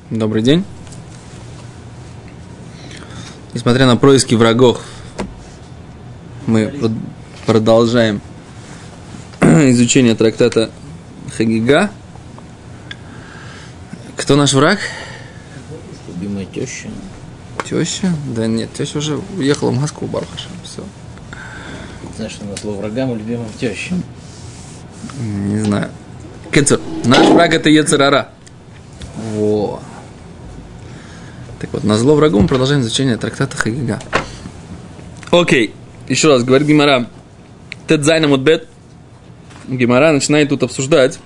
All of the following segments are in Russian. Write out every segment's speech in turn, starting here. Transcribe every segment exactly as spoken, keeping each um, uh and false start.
Добрый день. Несмотря на происки врагов, мы продолжаем изучение трактата Хагига. Кто наш враг? Любимая теща. Теща? Да нет, теща уже уехала в Москву, Барух Ашем. Все. Знаешь, что на слово врагам и любимым тещам? Не знаю. Кецер. Наш враг это Йецер Ара. Во. Так вот, на зло врагу мы продолжаем изучение трактата Хагига. Окей. Еще раз, говорит Гемара. Тет зайна мутбет. Гемара начинает тут обсуждать.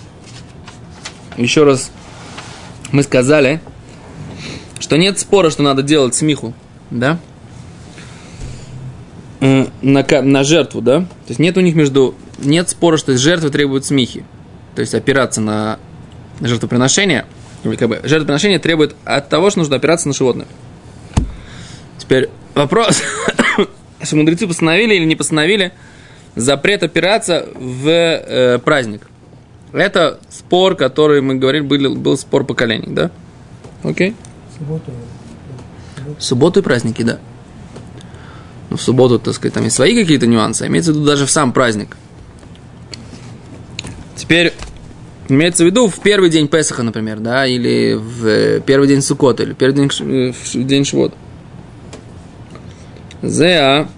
Еще раз мы сказали, что нет спора, что надо делать смиху, да? На, на жертву, да? То есть нет у них между... Нет спора, что из жертвы требуют смихи. То есть опираться на жертвоприношение. Или как бы жертвоприношение требует от того, что нужно опираться на животное. Теперь вопрос, что мудрецы постановили или не постановили запрет опираться в э, праздник. Это спор, который мы говорили, был, был спор поколений, да? Окей? Субботу. В субботу и праздники, да. Но в субботу, так сказать, там есть свои какие-то нюансы. Имеется в виду даже в сам праздник. Теперь, имеется в виду в первый день Песаха, например, да, или в первый день Суккота, или в первый день, в день Швот. Зеа.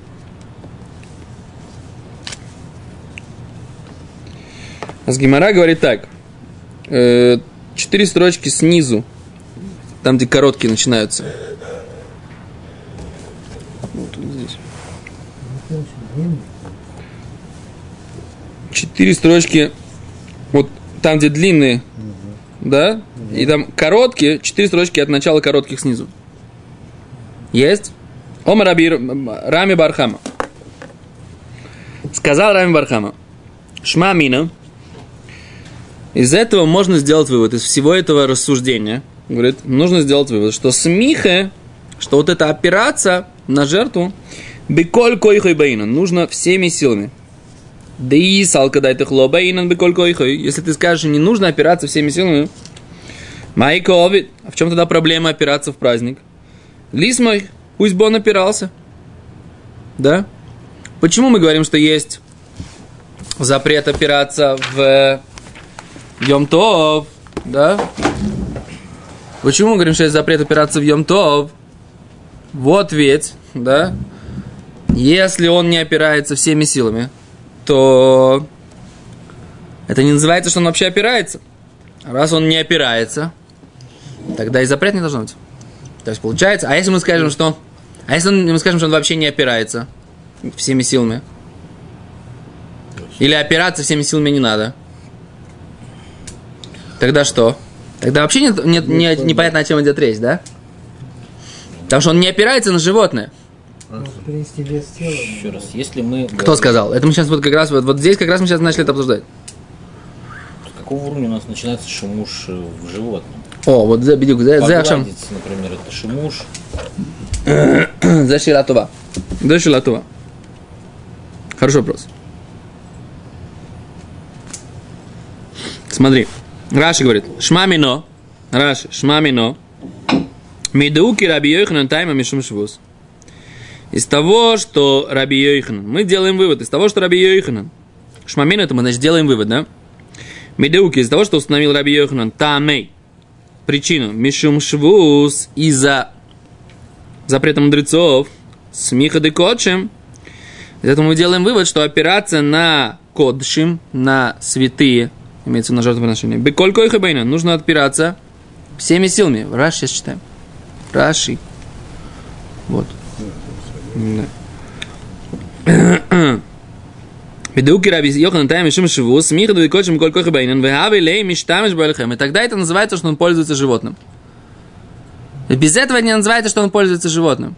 А с Гемара говорит так. Четыре строчки снизу, там, где короткие начинаются. Вот тут здесь. Четыре строчки, вот там, где длинные, угу. Да? Угу. И там короткие, четыре строчки от начала коротких снизу. Есть? Омар Раби Рами Бархама. Сказал Рами Бархама. Шма мина. Из этого можно сделать вывод, из всего этого рассуждения, говорит, нужно сделать вывод, что смиха, что вот эта операция на жертву, беколь койхой баина, нужно всеми силами. Да и салка ты хло баина беколь койхой. Если ты скажешь, не нужно опираться всеми силами, майко овид, а в чем тогда проблема опираться в праздник? Лис мой, пусть бы он опирался. Да? Почему мы говорим, что есть запрет опираться в Йом-Тов, да? Почему мы говорим, что есть запрет опираться в Йом-Тов? Вот ведь, да? Если он не опирается всеми силами, то это не называется, что он вообще опирается. А раз он не опирается, тогда и запрет не должно быть. То есть получается, а если мы скажем, что... А если мы скажем, что он вообще не опирается всеми силами? Или опираться всеми силами не надо? Тогда что? Тогда вообще нет, нет, не, непонятно, о чем идет речь, да? Потому что он не опирается на животное. Принести вес тела. Еще раз, если мы... Кто говорим... сказал? Это мы сейчас вот как раз, вот, вот здесь как раз мы сейчас начали это обсуждать. С какого уровня у нас начинается шимуш в животном? О, вот за бедюк, за Ашам. Погладить, например, это шимуш. За Шилатова. За Шилатова. Хороший вопрос. Смотри. Раши говорит, шмамино, Раши, шмамино, мидауки Раби Йоханан тайма мишум швус. Из того, что Раби Йоханан, мы делаем вывод, из того, что Раби Йоханан, шмамино, это мы, значит, делаем вывод, да? Мидауки, из того, что установил Раби Йоханан, тамей, причину, мишум швус, из-за запрета мудрецов, смиха де кодшим, из этого мы делаем вывод, что опираться на кодшим, на святые, имеется на жертвоприношение. Беколь койха бейна. Нужно отпираться всеми силами. Раши сейчас читаем. Раши. Вот. Бедуки Раби Йоханан тайм мишум швус, смиха де кодшим беколь койха бейна, вехави лей миштамеш бэлхэм. И тогда это называется, что он пользуется животным. И без этого не называется, что он пользуется животным.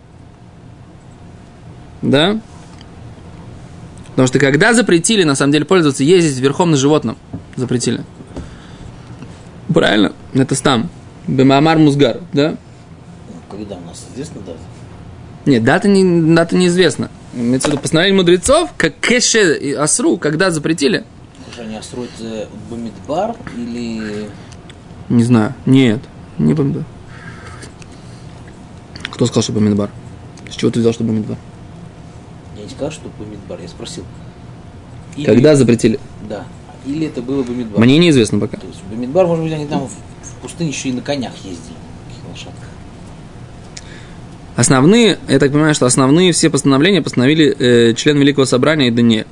Да? Потому что когда запретили, на самом деле, пользоваться, ездить верхом на животном, запретили. Правильно? Это стам. Бемамар Музгар, да? Когда у нас известна дата? Нет, дата, не, дата неизвестна. Имеется в виду постановление мудрецов, как кеше и асру, когда запретили. Слушай, они асру это бамидбар или... Не знаю, нет. Не Бамидбар. Кто сказал, что Бамидбар? С чего ты взял, что Бамидбар? Я не сказал, что Бамидбар, я спросил. Или... Когда запретили? Да. Или это было Бамидбар? Мне неизвестно пока. То есть Бамидбар, может быть, они там в, в пустыне еще и на конях ездили, на лошадках. Основные, я так понимаю, что основные все постановления постановили э, член Великого Собрания и Даниэль.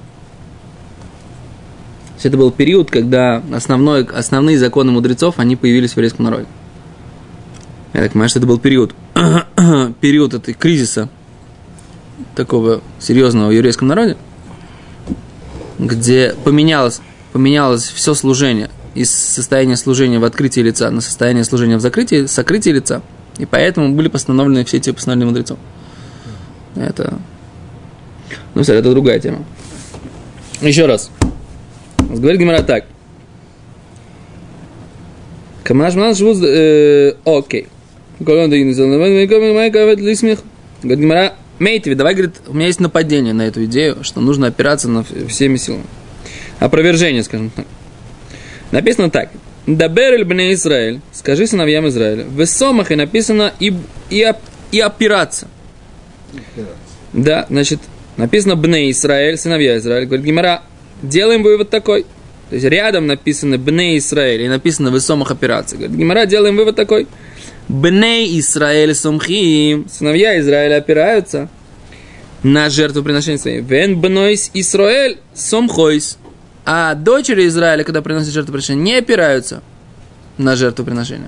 Это был период, когда основной, основные законы мудрецов, они появились в еврейском народе. Я так понимаю, что это был период, период этой кризиса, такого серьезного в еврейском народе, где поменялось, поменялось все служение из состояния служения в открытии лица на состояние служения в закрытии, сокрытии лица. И поэтому были постановлены все эти постановления мудрецов. Это, ну, все, это другая тема. Еще раз. Говорит Гемара так. Камаш манаш вуз... Окей. Говорит Гемара, Мейтви, давай, говорит, у меня есть нападение на эту идею, что нужно опираться на всеми силами. Опровержение, скажем так. Написано так. Дабер эль бней Исраэль, скажи сыновьям Израиля. В Сомах и написано и, и, и опираться. Да, значит, написано бней Исраэль, сыновья Израиля. Говорит Гемара, делаем вывод такой. То есть рядом написано бней Исраэль и написано в Сомах опираться. Говорит Гемара, делаем вывод такой. Бней Исраэль сомхим, сыновья Израиля опираются на жертвоприношение своей. Вен бнойс Исраэль сомхойс. А дочери Израиля, когда приносят жертвоприношение, не опираются на жертвоприношение.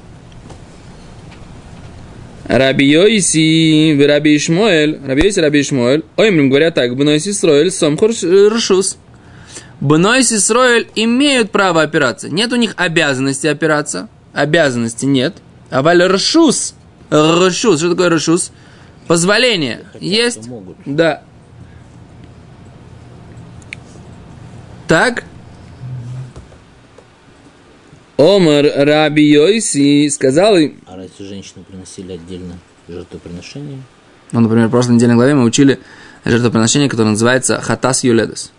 Раби Йоси, Раби Ишмоэль, Раби Йоси, Раби Ишмоэль, ой, им говорят так, бнойс Исраэль сомхор ршус. Бнойс Исраэль имеют право опираться. Нет у них обязанности опираться. Обязанности нет. А валь ршус, ршус, что такое ршус? Позволение. Хотят, есть? Да. Так. Омар Раби Йоси сказал им... А разве женщины приносили отдельно жертвоприношение? Ну, например, в прошлой недельной главе мы учили жертвоприношение, которое называется Хатас Юледес.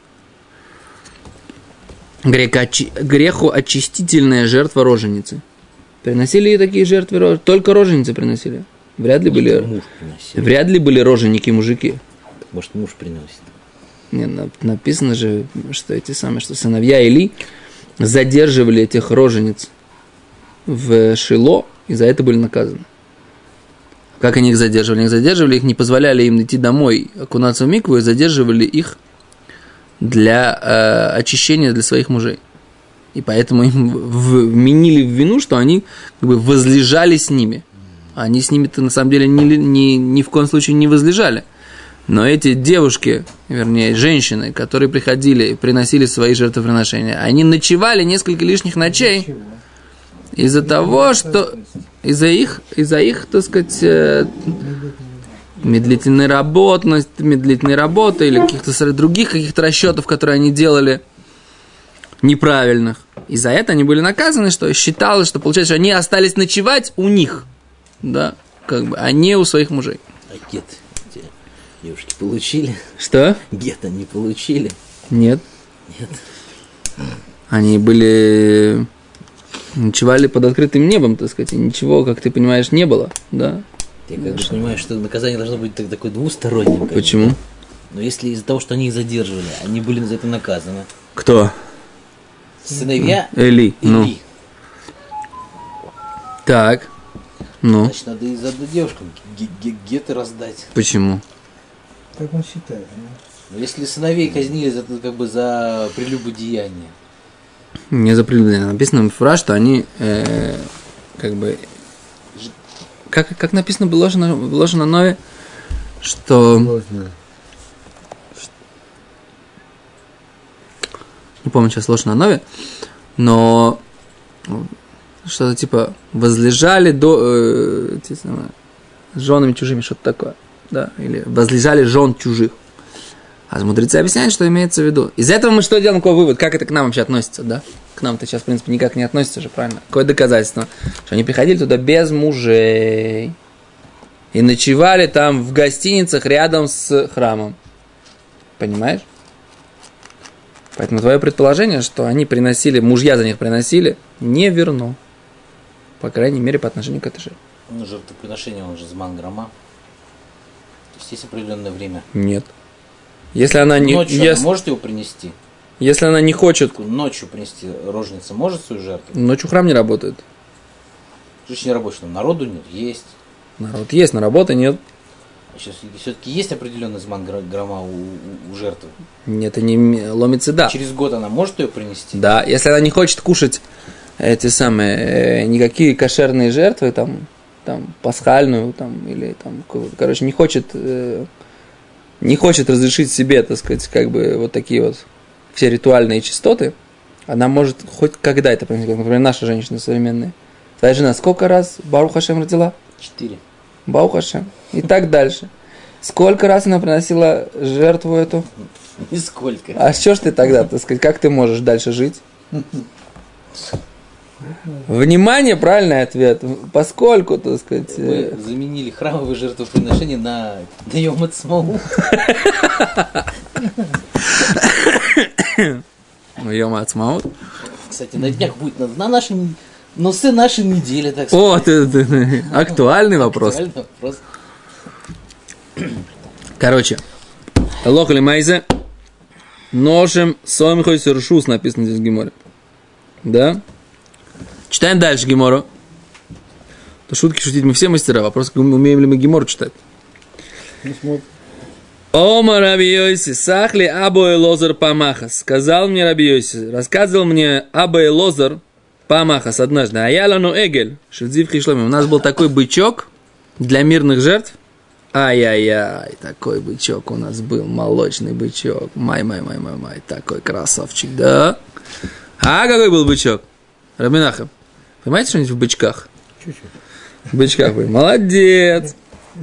Греху очистительная жертва роженицы. Приносили и такие жертвы, только роженицы приносили. Вряд ли были, вряд ли были роженики мужики. Может, муж приносит. Не, написано же, что эти самые, что сыновья Или задерживали этих рожениц в Шило, и за это были наказаны. Как они их задерживали? Они их задерживали, их не позволяли им идти домой, окунаться в микву, и задерживали их для э, очищения для своих мужей. И поэтому им вменили в вину, что они как бы возлежали с ними. Они с ними-то на самом деле ни, ни, ни в коем случае не возлежали. Но эти девушки, вернее, женщины, которые приходили и приносили свои жертвоприношения, они ночевали несколько лишних ночей из-за того, что из-за их, из-за их, так сказать, медлительной работы, медлительной работы или каких-то других каких-то расчетов, которые они делали неправильных. И за это они были наказаны, что считалось, что получается, что они остались ночевать у них, да, как бы, а не у своих мужей. А гет девушки получили? Что? Гет они получили? Нет. Нет. Они были... ночевали под открытым небом, так сказать, и ничего, как ты понимаешь, не было, да? Я как бы понимаю, что наказание должно быть такое двустороннее. Почему? Бы. Но если из-за того, что они их задерживали, они были за это наказаны. Кто? Сыновья Эли. Эли. Ну. Так. Ну. Значит, надо и за девушкам геты раздать. Почему? Так он считает. Но если сыновей казнили за, как бы за прелюбодеяние. Не за прелюбодеяние. Написано в фраз, что они э, как бы... Как, как написано было ложно, ложно нове, что... Ложно. Не помню сейчас ложно нове, но что-то типа возлежали до... Э, те самые, с женами чужими, что-то такое. Да, или возлежали жен чужих. А мудрецы объясняют, что имеется в виду. Из этого мы что делаем, какой вывод? Как это к нам вообще относится, да? К нам-то сейчас, в принципе, никак не относится же, правильно? Какое доказательство? Что они приходили туда без мужей. И ночевали там в гостиницах рядом с храмом. Понимаешь? Поэтому твое предположение, что они приносили, мужья за них приносили, не верно. По крайней мере, по отношению к этой жертве. Ну, жертвоприношение, он же зман грома. То есть есть определенное время. Нет. Если она не... Ночью Если, она может его принести? если она не хочет... Ночью принести роженица может свою жертву? Ночью храм не работает. Жизнь не рабочая, народу нет, есть. Народ есть, но работы нет. Сейчас все-таки есть определенный зман грома у, у, у жертвы. Нет, это не ломится, да. Через год она может ее принести? Да, если она не хочет кушать эти самые, э, никакие кошерные жертвы, там, там, пасхальную, там, или там, короче, не хочет, э, не хочет разрешить себе, так сказать, как бы вот такие вот все ритуальные частоты, она может хоть когда это принести, как, например, наши женщины современные. Твоя жена сколько раз Барух Хашем родила? Четыре. Барух Хашем. И так дальше. Сколько раз она приносила жертву эту? Нисколько. А что ж ты тогда, так сказать, как ты можешь дальше жить? Внимание, правильный ответ. Поскольку, так сказать... Вы заменили храмовые жертвоприношения на Йом Ацмаут. Йом Ацмаут. Кстати, на днях будет на, на нашей... Но с нашей недели, так сказать. О, ты, ты, ты, актуальный вопрос. Актуальный вопрос. Короче, лохали майзе, ношем сомихой сюршус, написано здесь в Геморе. Да? Читаем дальше Гемору. То шутки шутить мы все мастера. Вопрос, умеем ли мы Гемору читать. Ну, смотри. Ома Раби Йоси, сахли Або Элозар Памахас. Сказал мне Раби Йоси, рассказывал мне Або Элозар Памахас однажды. А я лану эгель, шельдзив хишломим. У нас был такой бычок для мирных жертв. Ай-яй-яй, такой бычок у нас был, молочный бычок. Май-май-май-май-май, такой красавчик, да? А какой был бычок? Раби Нахум, понимаете что-нибудь в бычках? Чуть-чуть. В бычках вы. Молодец.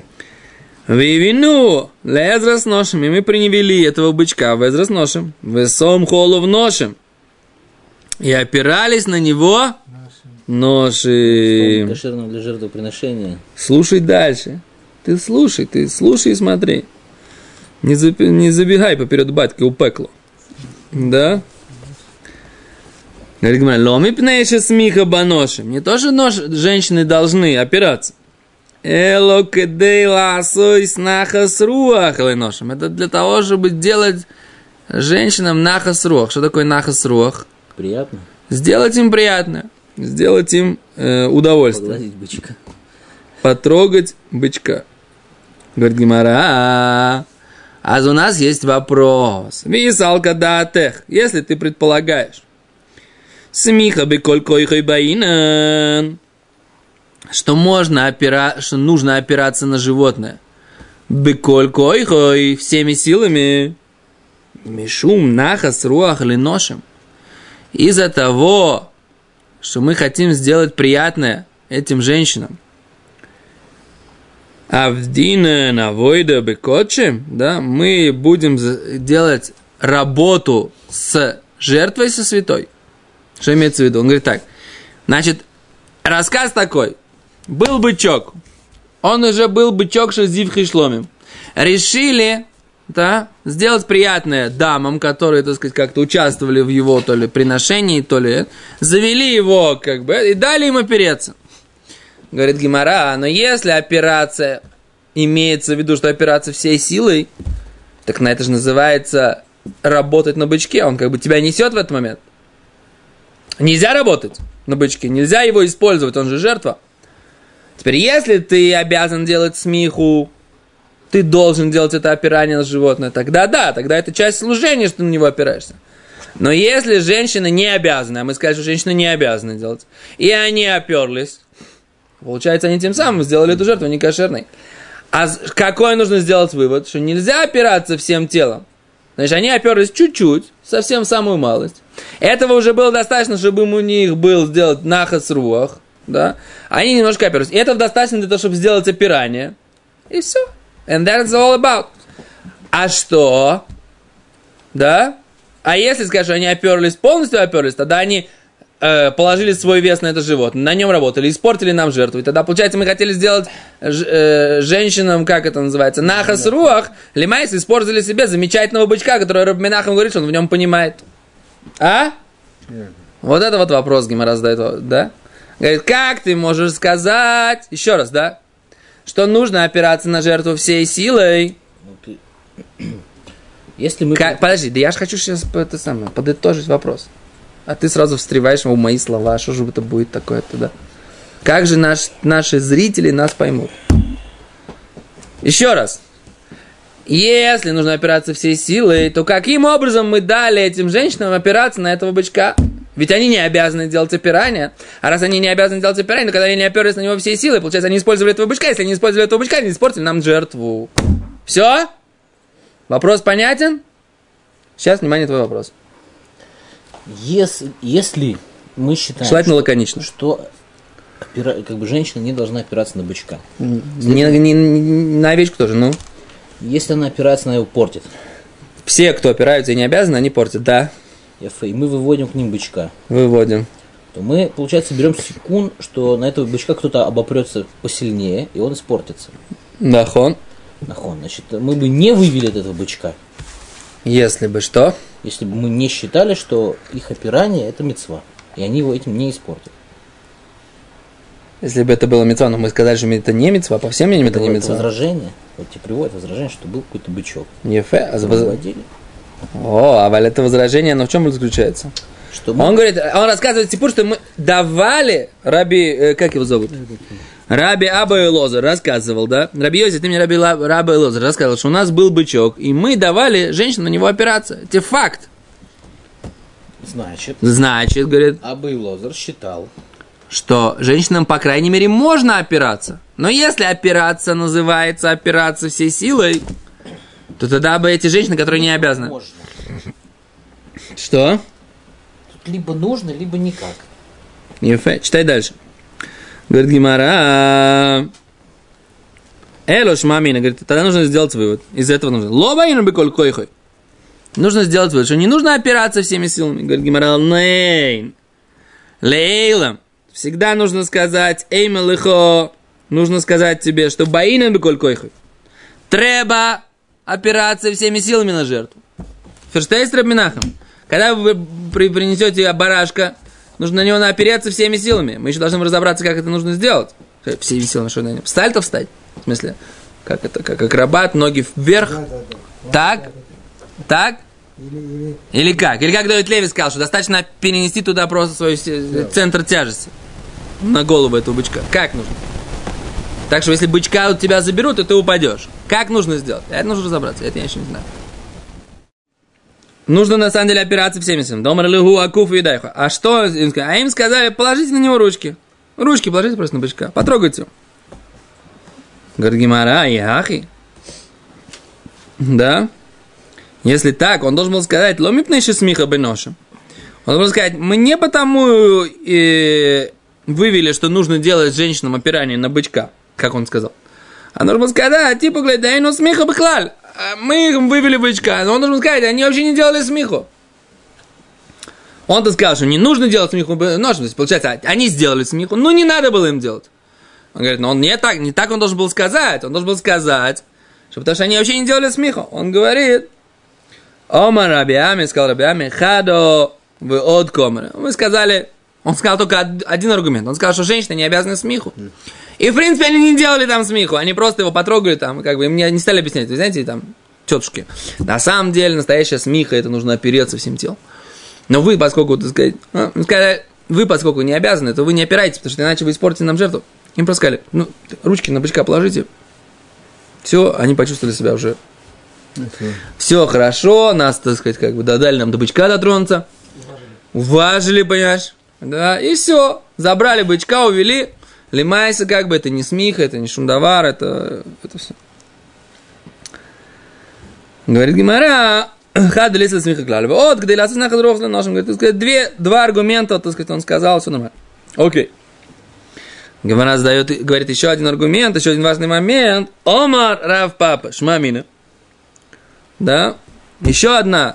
Вивину, лезрас ношим. И мы приневели этого бычка в эзрас ношим. Весом холов ношим. И опирались на него ношим. Кошерного для жертвоприношения. Слушай дальше. Ты слушай, ты слушай и смотри. Не, заби, не забегай поперед батьки у пекло. Да? Говорит, ломи пнейши смиха баношим. Не то, что нож, женщины должны опираться. Эло кедей ласой снахас руах леношим. Это для того, чтобы делать женщинам нахас руах. Что такое нахас руах? Приятно. Сделать им приятно. Сделать им э, удовольствие. Погладить бычка. Потрогать бычка. Говорит Гемара, а у нас есть вопрос. Висалка датех. Если ты предполагаешь, смиха беколь койхой баинан, что можно опира... что нужно опираться на животное. Беколь койхой всеми силами. Мишум нахас руах леношим. Из-за того, что мы хотим сделать приятное этим женщинам. Авдина навойда бекотчем, да, мы будем делать работу с жертвой со святой. Что имеется в виду? Он говорит так. Значит, рассказ такой. Был бычок. Он уже был бычок шезив хишломим. Решили, да, сделать приятное дамам, которые, так сказать, как-то участвовали в его то ли приношении, то ли завели его, как бы, и дали им опереться. Говорит Гемара, но если операция имеется в виду, что операция всей силой, так на это же называется работать на бычке. Он как бы тебя несет в этот момент. Нельзя работать на бычке, нельзя его использовать, он же жертва. Теперь, если ты обязан делать смиху, ты должен делать это опирание на животное, тогда да, тогда это часть служения, что на него опираешься. Но если женщина не обязана, а мы сказали, что женщина не обязана делать, и они оперлись, получается, они тем самым сделали эту жертву некошерной. А какой нужно сделать вывод? Что нельзя опираться всем телом. Значит, они оперлись чуть-чуть, совсем самую малость. Этого уже было достаточно, чтобы у них был сделать нахас руах, да? Они немножко оперлись. И этого достаточно для того, чтобы сделать опирание. И все. And that's all about. А что? Да? А если сказать, что они оперлись, полностью оперлись, тогда они э, положили свой вес на это животное, на нем работали, испортили нам жертву. И тогда, получается, мы хотели сделать ж, э, женщинам, как это называется, нахас руах, лимайс, использовали себе замечательного бычка, который Рабби Менахем говорит, что он в нем понимает. А? Вот это вот вопрос Гемара задает, да? Говорит, как ты можешь сказать, еще раз, да, что нужно опираться на жертву всей силой? Ну, ты... Если мы... Как... Подожди, да я же хочу сейчас это самое, подытожить вопрос. А ты сразу встреваешь в мои слова, что же это будет такое-то, да? Как же наш, наши зрители нас поймут? Еще раз. Если нужно опираться всей силой, то каким образом мы дали этим женщинам опираться на этого бычка? Ведь они не обязаны делать опирание. А раз они не обязаны делать опирание, то когда они не оперлись на него всей силой, получается, они использовали этого бычка. Если они использовали этого бычка, они испортили нам жертву. Все? Вопрос понятен? Сейчас, внимание, твой вопрос. Если, если мы считаем, Желательно что, лаконично. что опира... как бы женщина не должна опираться на бычка. Не, не, не, на овечку тоже, ну. Если она опирается, она его портит. Все, кто опираются и не обязаны, они портят, да. И мы выводим к ним бычка. Выводим. То мы, получается, берем секунд, что на этого бычка кто-то обопрется посильнее, и он испортится. Нахон. Нахон. Значит, мы бы не вывели от этого бычка. Если бы что? Если бы мы не считали, что их опирание это мицва, и они его этим не испортят. Если бы это было мицва, но мы сказали, что это не мицва, по всем мнениям это, это не мицва. Возражение. Вот тебе приводит возражение, что был какой-то бычок. Ефе, а выводили. О, а это возражение, оно в чем заключается? Что мы... Он говорит, он рассказывает Сипур, что мы давали Раби, э, как его зовут? Раби Аба Элозер рассказывал, да? Раби Йоси, ты мне Раби Аба Элозер рассказывал, что у нас был бычок, и мы давали женщинам на него опираться. Это факт. Значит, Значит, говорит, Аба Элозер считал, что женщинам, по крайней мере, можно опираться. Но если опираться называется опираться всей силой, то тогда бы эти женщины, которые не обязаны. Можно. Что? Тут либо нужно, либо никак. Ефе, читай дальше. Говорит Гимара. Элош мамина, говорит, тогда нужно сделать вывод. Из этого нужно. Лобаину беколь койхой. Нужно сделать вывод, что не нужно опираться всеми силами. Говорит Гимара, нейн. Лейлам. Всегда нужно сказать, эйма лихо. Нужно сказать тебе, что баина беколь койхой. Треба опираться всеми силами на жертву. Ферштейс Рабминахам. Когда вы принесете барашка, нужно на него опереться всеми силами. Мы еще должны разобраться, как это нужно сделать. Всеми силами, что на нем. Встать-то встать. В смысле, как это, как акробат, ноги вверх. Да, да, да. Так? Да, да, да. Так? Или, или... или как? Или как Давид Леви сказал, что достаточно перенести туда просто свой да. центр тяжести на голову этого бычка. Как нужно? Так что, если бычка у тебя заберут, то ты упадешь. Как нужно сделать? Это нужно разобраться. Это я еще не знаю. Нужно, на самом деле, опираться всеми силами. Домар лигу акуфу и дайху. А что им сказали? А им сказали, положите на него ручки. Ручки положите просто на бычка. Потрогайте. Говорит Гимара, яхи. Да? Если так, он должен был сказать, ломипнейши смиха беноша. Он должен был сказать, мы не потому э, вывели, что нужно делать женщинам опирание на бычка, как он сказал. А нужно было сказать, да, типа, говорит, да, ну смеха бэхлаль. Мы им вывели бычка, но он должен сказать, они вообще не делали смеху. Он-то сказал, что не нужно делать смеху, но, получается, они сделали смеху, но не надо было им делать. Он говорит, но он не так, не так он должен был сказать. Он должен был сказать, что потому что они вообще не делали смеху. Он говорит, Омар Рабиами, сказал Рабиами, хадо вы от комара. Мы сказали, он сказал только один аргумент. Он сказал, что женщины не обязаны смеху. И, в принципе, они не делали там смеху. Они просто его потрогали там, как бы, им не, не стали объяснять. Вы знаете, там, тетушки. На самом деле, настоящая смеха, это нужно опереться всем телом. Но вы, поскольку, так сказать, ну, сказали, вы, поскольку не обязаны, то вы не опираетесь, потому что иначе вы испортите нам жертву. Им просто сказали, ну, ручки на бычка положите. Все, они почувствовали себя уже. Okay. Все хорошо, нас, так сказать, как бы додали нам до бычка дотронуться. Уважили, понимаешь? Да, и все. Забрали бычка, увели. Лимайся, как бы, это не смеха, это не шумдавар, это, это все. Говорит Гимара, хад лиса смеха клалева. Вот, где ласа знахад рохла ножем. Говорит, так сказать, две, два аргумента, так сказать, он сказал, все нормально. Окей. Гимара задает, говорит, еще один аргумент, еще один важный момент. Омар Рав Папа, шмамина. Да? Еще одна.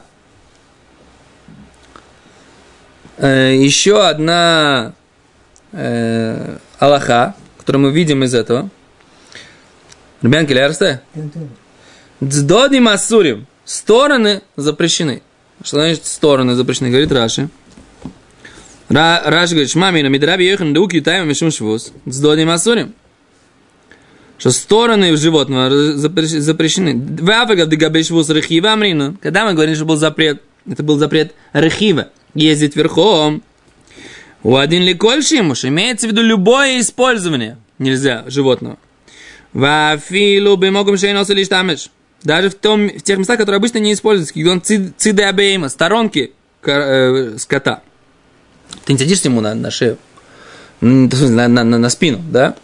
Э, еще одна э, алаха, которую мы видим из этого. Ребянки, лярсте? Дздоди масурим. Стороны запрещены. Что значит стороны запрещены? Говорит Раши. Раш говорит, шмамина, мидраби йохан дауки тайма мишум швус. С додим асурим. Что стороны животного запрещены. Когда мы говорим, что был запрет, это был запрет рехива, ездить верхом. У один ли кольшимуш, имеется в виду любое использование нельзя животного. Вафилу бы могом шейносу лишь тамеш. Даже в, том, в тех местах, которые обычно не используются, где он циды абейма, сторонки э, скота. Ты не садишься ему на, на шею, на, на, на, на спину, да?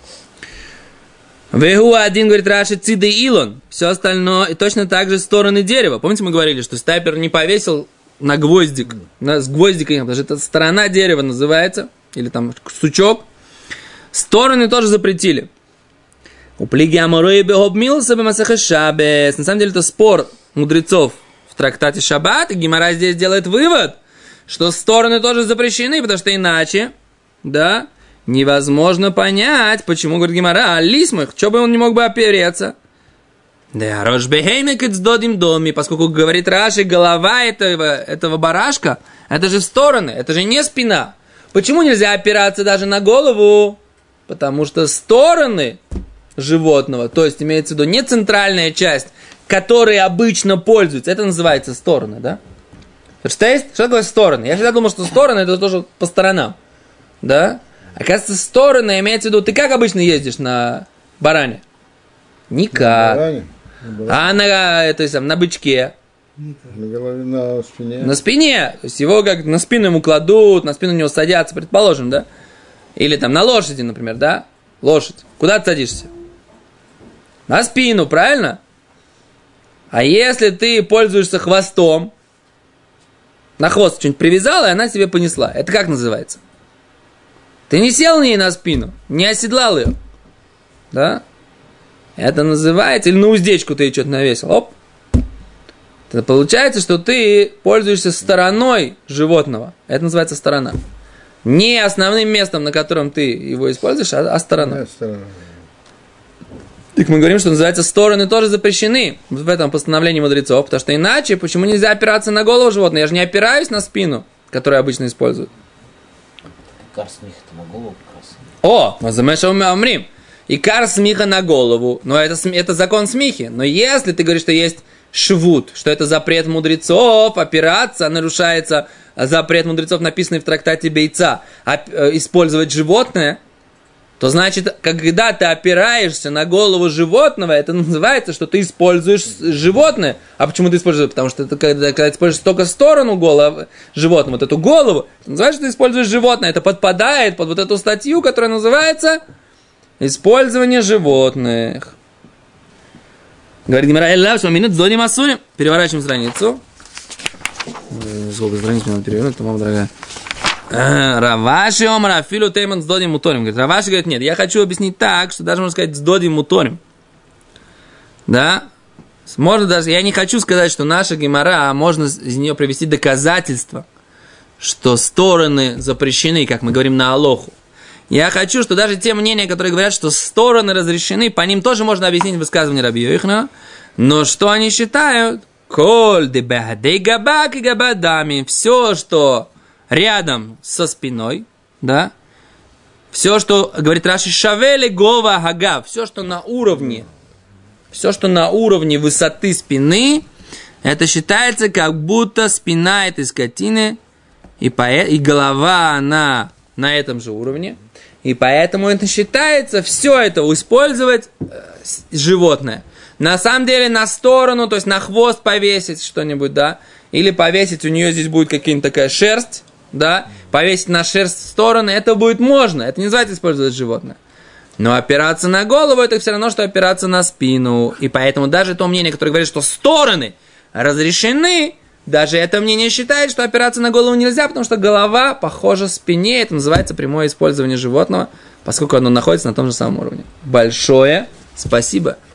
Вегу один говорит Раши циды илон. Все остальное, и точно так же стороны дерева. Помните, мы говорили, что стайпер не повесил на гвоздик, на, с гвоздика, потому что это сторона дерева называется, или там сучок. Стороны тоже запретили. У плиги аморой бегобмился бы масаха шабес. На самом деле это спор мудрецов в трактате Шаббат, и Гемара здесь делает вывод, что стороны тоже запрещены, потому что иначе, да, невозможно понять, почему, говорит Гемара, лисмых, что бы он не мог бы опереться. Да, рожбехеймекет с додим доми, поскольку, говорит Раши, голова этого, этого барашка, это же в стороны, это же не спина. Почему нельзя опираться даже на голову? Потому что стороны животного, то есть имеется в виду не центральная часть, которой обычно пользуются, это называется стороны, да? Что есть? Что такое стороны? Я всегда думал, что стороны это тоже по сторонам, да? Оказывается, стороны имеется в виду, ты как обычно ездишь на баране? Никак. На баране? На баране. А на, это, есть, на бычке? На голове, на спине. На спине. То есть его как на спину ему кладут, на спину у него садятся, предположим, да? Или там на лошади, например, да? Лошадь. Куда ты садишься? На спину, правильно? А если ты пользуешься хвостом, на хвост что-нибудь привязала, и она себе понесла. Это как называется? Ты не сел ей на спину, не оседлал ее. Да? Это называется, или на уздечку ты ей что-то навесил. Оп. Это получается, что ты пользуешься стороной животного. Это называется сторона. Не основным местом, на котором ты его используешь, а, а стороной. Так мы говорим, что называется стороны тоже запрещены в этом постановлении мудрецов, потому что иначе, почему нельзя опираться на голову животного? Я же не опираюсь на спину, которую обычно используют. Икар смиха на голову как раз. О, замешиваем амрим. Икар смиха на голову. Но это, это закон смихи. Но если ты говоришь, что есть швуд, что это запрет мудрецов, опираться, нарушается запрет мудрецов, написанный в трактате Бейца, использовать животное, то значит, когда ты опираешься на голову животного, это называется, что ты используешь животное. А почему ты используешь? Потому что это, когда, когда ты используешь только сторону головы животного, вот эту голову, это называется, что ты используешь животное. Это подпадает под вот эту статью, которая называется использование животных. Говорит Гемара, эллав, что минут зодим асурим. Переворачиваем страницу. Сколько страниц мне надо перевернуть, то, мама дорогая. Раваши омара филу тейман с додим муторим. Говорит, Раваши говорит, нет, я хочу объяснить так, что даже можно сказать с додим муторим. Да? Можно даже, я не хочу сказать, что наша гемара, можно из нее привести доказательства, что стороны запрещены, как мы говорим на алоху. Я хочу, что даже те мнения, которые говорят, что стороны разрешены, по ним тоже можно объяснить высказывание Раби Йоханана, но что они считают? Коль де бахадей габак и габадами. Все, что рядом со спиной, да, все, что, говорит Раши, шавели гова хагав, все, что на уровне, все, что на уровне высоты спины, это считается, как будто спина этой скотины и, по, и голова, она на этом же уровне, и поэтому это считается, все это использовать э, животное. На самом деле на сторону, то есть на хвост повесить что-нибудь, да, или повесить, у нее здесь будет какая-нибудь такая шерсть, да, повесить на шерсть в стороны, это будет можно, это не называется использовать животное. Но опираться на голову, это все равно, что опираться на спину. И поэтому даже то мнение, которое говорит, что стороны разрешены, даже это мнение считает, что опираться на голову нельзя, потому что голова похожа спине, это называется прямое использование животного, поскольку оно находится на том же самом уровне. Большое спасибо.